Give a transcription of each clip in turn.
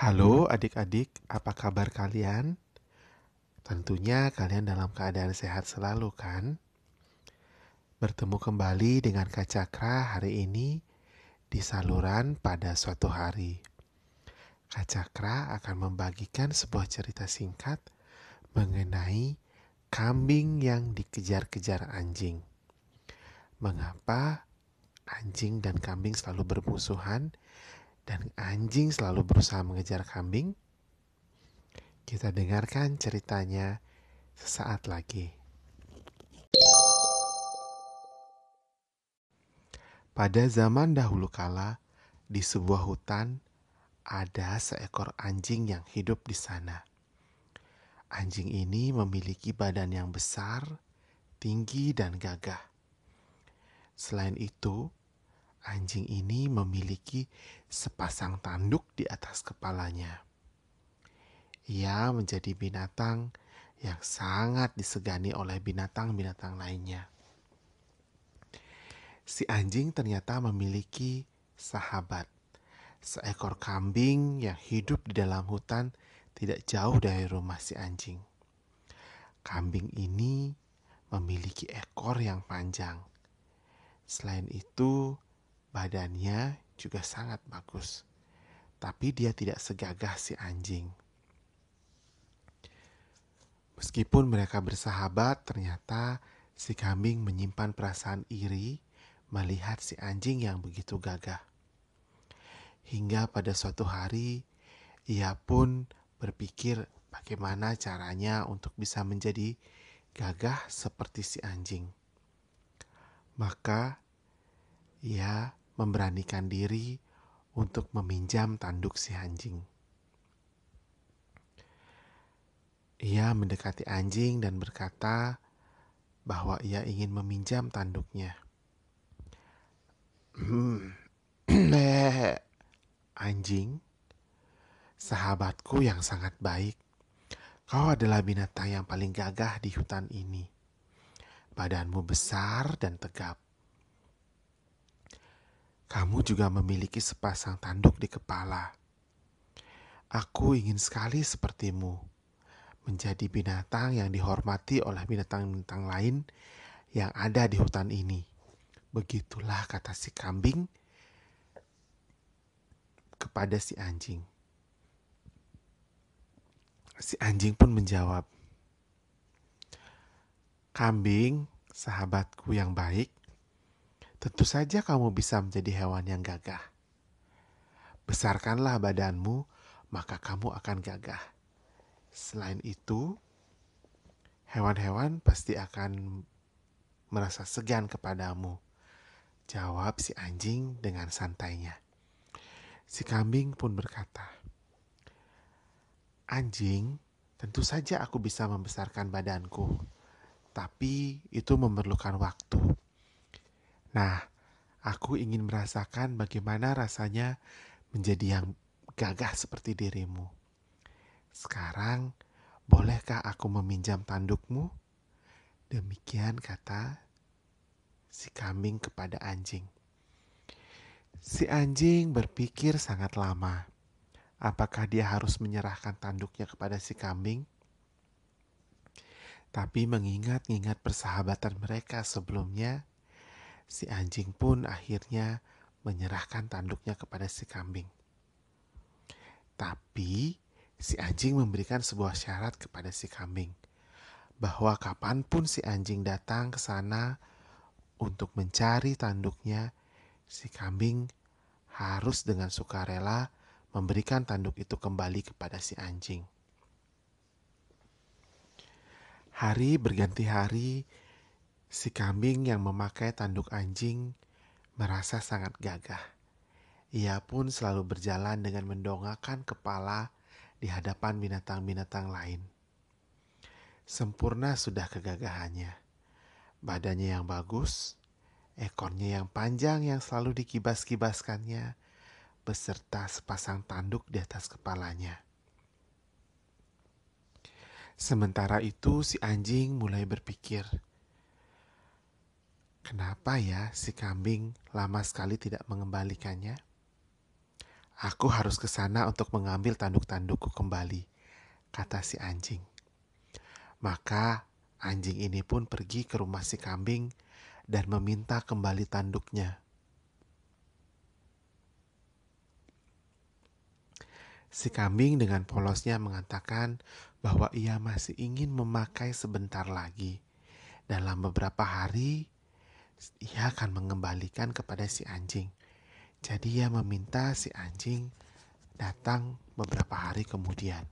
Halo adik-adik, apa kabar kalian? Tentunya kalian dalam keadaan sehat selalu kan? Bertemu kembali dengan Kak Cakra hari ini di saluran pada suatu hari. Kak Cakra akan membagikan sebuah cerita singkat mengenai kambing yang dikejar-kejar anjing. Mengapa anjing dan kambing selalu bermusuhan dan anjing selalu berusaha mengejar kambing? Kita dengarkan ceritanya sesaat lagi. Pada zaman dahulu kala, di sebuah hutan, ada seekor anjing yang hidup di sana. Anjing ini memiliki badan yang besar, tinggi, dan gagah. Selain itu, anjing ini memiliki sepasang tanduk di atas kepalanya. Ia menjadi binatang yang sangat disegani oleh binatang-binatang lainnya. Si anjing ternyata memiliki sahabat, seekor kambing yang hidup di dalam hutan tidak jauh dari rumah si anjing. Kambing ini memiliki ekor yang panjang. Selain itu, badannya juga sangat bagus. Tapi dia tidak segagah si anjing. Meskipun mereka bersahabat, ternyata si kambing menyimpan perasaan iri melihat si anjing yang begitu gagah. Hingga pada suatu hari, ia pun berpikir bagaimana caranya untuk bisa menjadi gagah seperti si anjing. Maka ia memberanikan diri untuk meminjam tanduk si anjing. Ia mendekati anjing dan berkata bahwa ia ingin meminjam tanduknya. Anjing, sahabatku yang sangat baik. Kau adalah binatang yang paling gagah di hutan ini. Badanmu besar dan tegap. Kamu juga memiliki sepasang tanduk di kepala. Aku ingin sekali sepertimu, menjadi binatang yang dihormati oleh binatang-binatang lain yang ada di hutan ini. Begitulah kata si kambing kepada si anjing. Si anjing pun menjawab, "Kambing, sahabatku yang baik, tentu saja kamu bisa menjadi hewan yang gagah. Besarkanlah badanmu, maka kamu akan gagah. Selain itu, hewan-hewan pasti akan merasa segan kepadamu," jawab si anjing dengan santainya. Si kambing pun berkata, "Anjing, tentu saja aku bisa membesarkan badanku, tapi itu memerlukan waktu. Nah, aku ingin merasakan bagaimana rasanya menjadi yang gagah seperti dirimu. Sekarang, bolehkah aku meminjam tandukmu?" Demikian kata si kambing kepada anjing. Si anjing berpikir sangat lama. Apakah dia harus menyerahkan tanduknya kepada si kambing? Tapi mengingat-ingat persahabatan mereka sebelumnya, si anjing pun akhirnya menyerahkan tanduknya kepada si kambing. Tapi si anjing memberikan sebuah syarat kepada si kambing, bahwa kapanpun si anjing datang ke sana untuk mencari tanduknya, si kambing harus dengan sukarela memberikan tanduk itu kembali kepada si anjing. Hari berganti hari, si kambing yang memakai tanduk anjing merasa sangat gagah. Ia pun selalu berjalan dengan mendongakkan kepala di hadapan binatang-binatang lain. Sempurna sudah kegagahannya. Badannya yang bagus, ekornya yang panjang yang selalu dikibas-kibaskannya, beserta sepasang tanduk di atas kepalanya. Sementara itu si anjing mulai berpikir, kenapa ya si kambing lama sekali tidak mengembalikannya? Aku harus ke sana untuk mengambil tanduk-tandukku kembali, kata si anjing. Maka anjing ini pun pergi ke rumah si kambing dan meminta kembali tanduknya. Si kambing dengan polosnya mengatakan bahwa ia masih ingin memakai sebentar lagi. Dalam beberapa hari, ia akan mengembalikan kepada si anjing. Jadi ia meminta si anjing datang beberapa hari kemudian.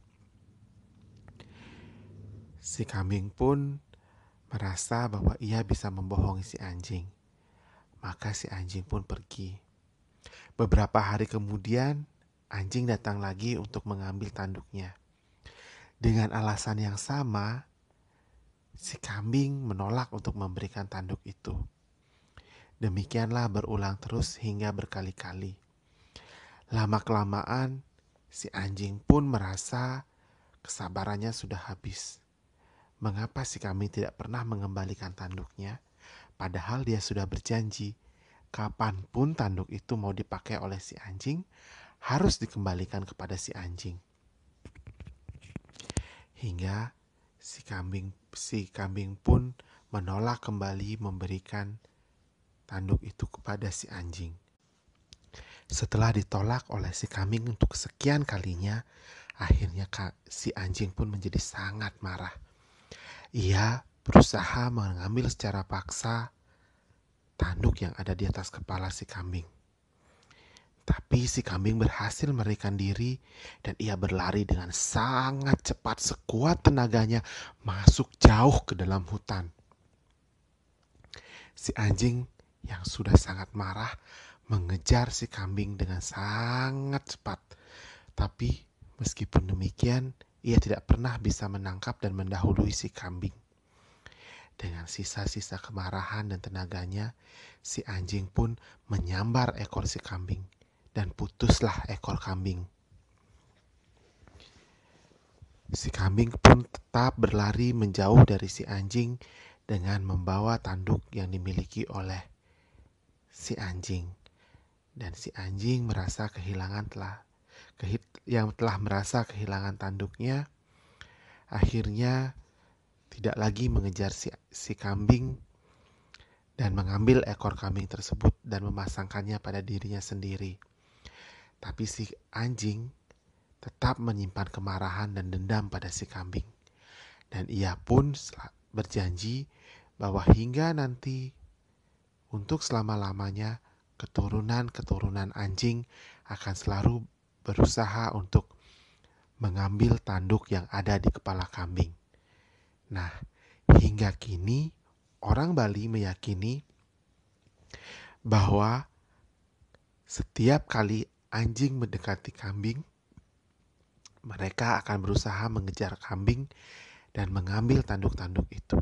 Si kambing pun merasa bahwa ia bisa membohongi si anjing. Maka si anjing pun pergi. Beberapa hari kemudian, anjing datang lagi untuk mengambil tanduknya. Dengan alasan yang sama, si kambing menolak untuk memberikan tanduk itu. Demikianlah berulang terus hingga berkali-kali. Lama-kelamaan, si anjing pun merasa kesabarannya sudah habis. Mengapa si kambing tidak pernah mengembalikan tanduknya? Padahal dia sudah berjanji, kapanpun tanduk itu mau dipakai oleh si anjing, harus dikembalikan kepada si anjing. Hingga si kambing pun menolak kembali memberikan tanduk itu kepada si anjing. Setelah ditolak oleh si kambing untuk kesekian kalinya, akhirnya si anjing pun menjadi sangat marah. Ia berusaha mengambil secara paksa tanduk yang ada di atas kepala si kambing. Tapi si kambing berhasil melarikan diri dan ia berlari dengan sangat cepat sekuat tenaganya masuk jauh ke dalam hutan. Si anjing yang sudah sangat marah mengejar si kambing dengan sangat cepat. Tapi meskipun demikian, ia tidak pernah bisa menangkap dan mendahului si kambing. Dengan sisa-sisa kemarahan dan tenaganya, si anjing pun menyambar ekor si kambing. Dan putuslah ekor kambing. Si kambing pun tetap berlari menjauh dari si anjing dengan membawa tanduk yang dimiliki oleh si anjing. Dan si anjing merasa telah merasa kehilangan tanduknya, akhirnya tidak lagi mengejar si kambing dan mengambil ekor kambing tersebut dan memasangkannya pada dirinya sendiri. Tapi si anjing tetap menyimpan kemarahan dan dendam pada si kambing. Dan ia pun berjanji bahwa hingga nanti untuk selama-lamanya keturunan-keturunan anjing akan selalu berusaha untuk mengambil tanduk yang ada di kepala kambing. Nah, hingga kini orang Bali meyakini bahwa setiap kali anjing mendekati kambing, mereka akan berusaha mengejar kambing dan mengambil tanduk-tanduk itu.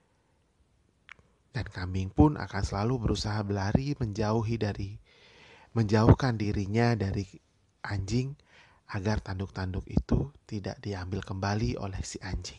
Dan kambing pun akan selalu berusaha berlari menjauhkan dirinya dari anjing agar tanduk-tanduk itu tidak diambil kembali oleh si anjing.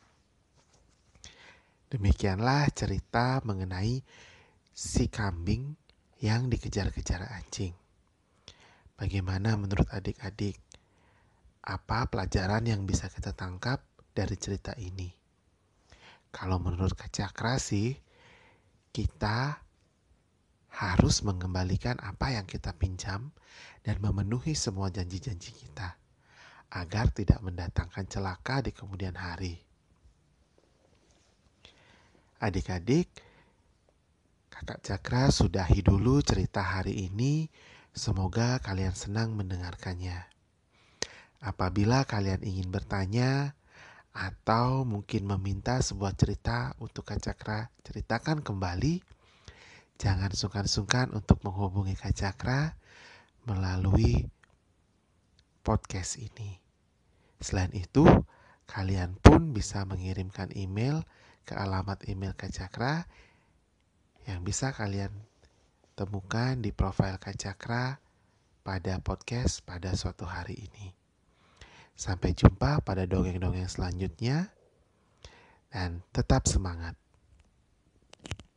Demikianlah cerita mengenai si kambing yang dikejar-kejar anjing. Bagaimana menurut adik-adik? Apa pelajaran yang bisa kita tangkap dari cerita ini? Kalau menurut Kak Cakra sih, kita harus mengembalikan apa yang kita pinjam dan memenuhi semua janji-janji kita agar tidak mendatangkan celaka di kemudian hari. Adik-adik, Kakak Cakra sudahi dulu cerita hari ini. Semoga kalian senang mendengarkannya. Apabila kalian ingin bertanya atau mungkin meminta sebuah cerita untuk Kak Cakra ceritakan kembali, jangan sungkan-sungkan untuk menghubungi Kak Cakra melalui podcast ini. Selain itu, kalian pun bisa mengirimkan email ke alamat email Kak Cakra yang bisa kalian temukan di profil Kak Cakra pada podcast pada suatu hari ini. Sampai jumpa pada dongeng-dongeng selanjutnya dan tetap semangat.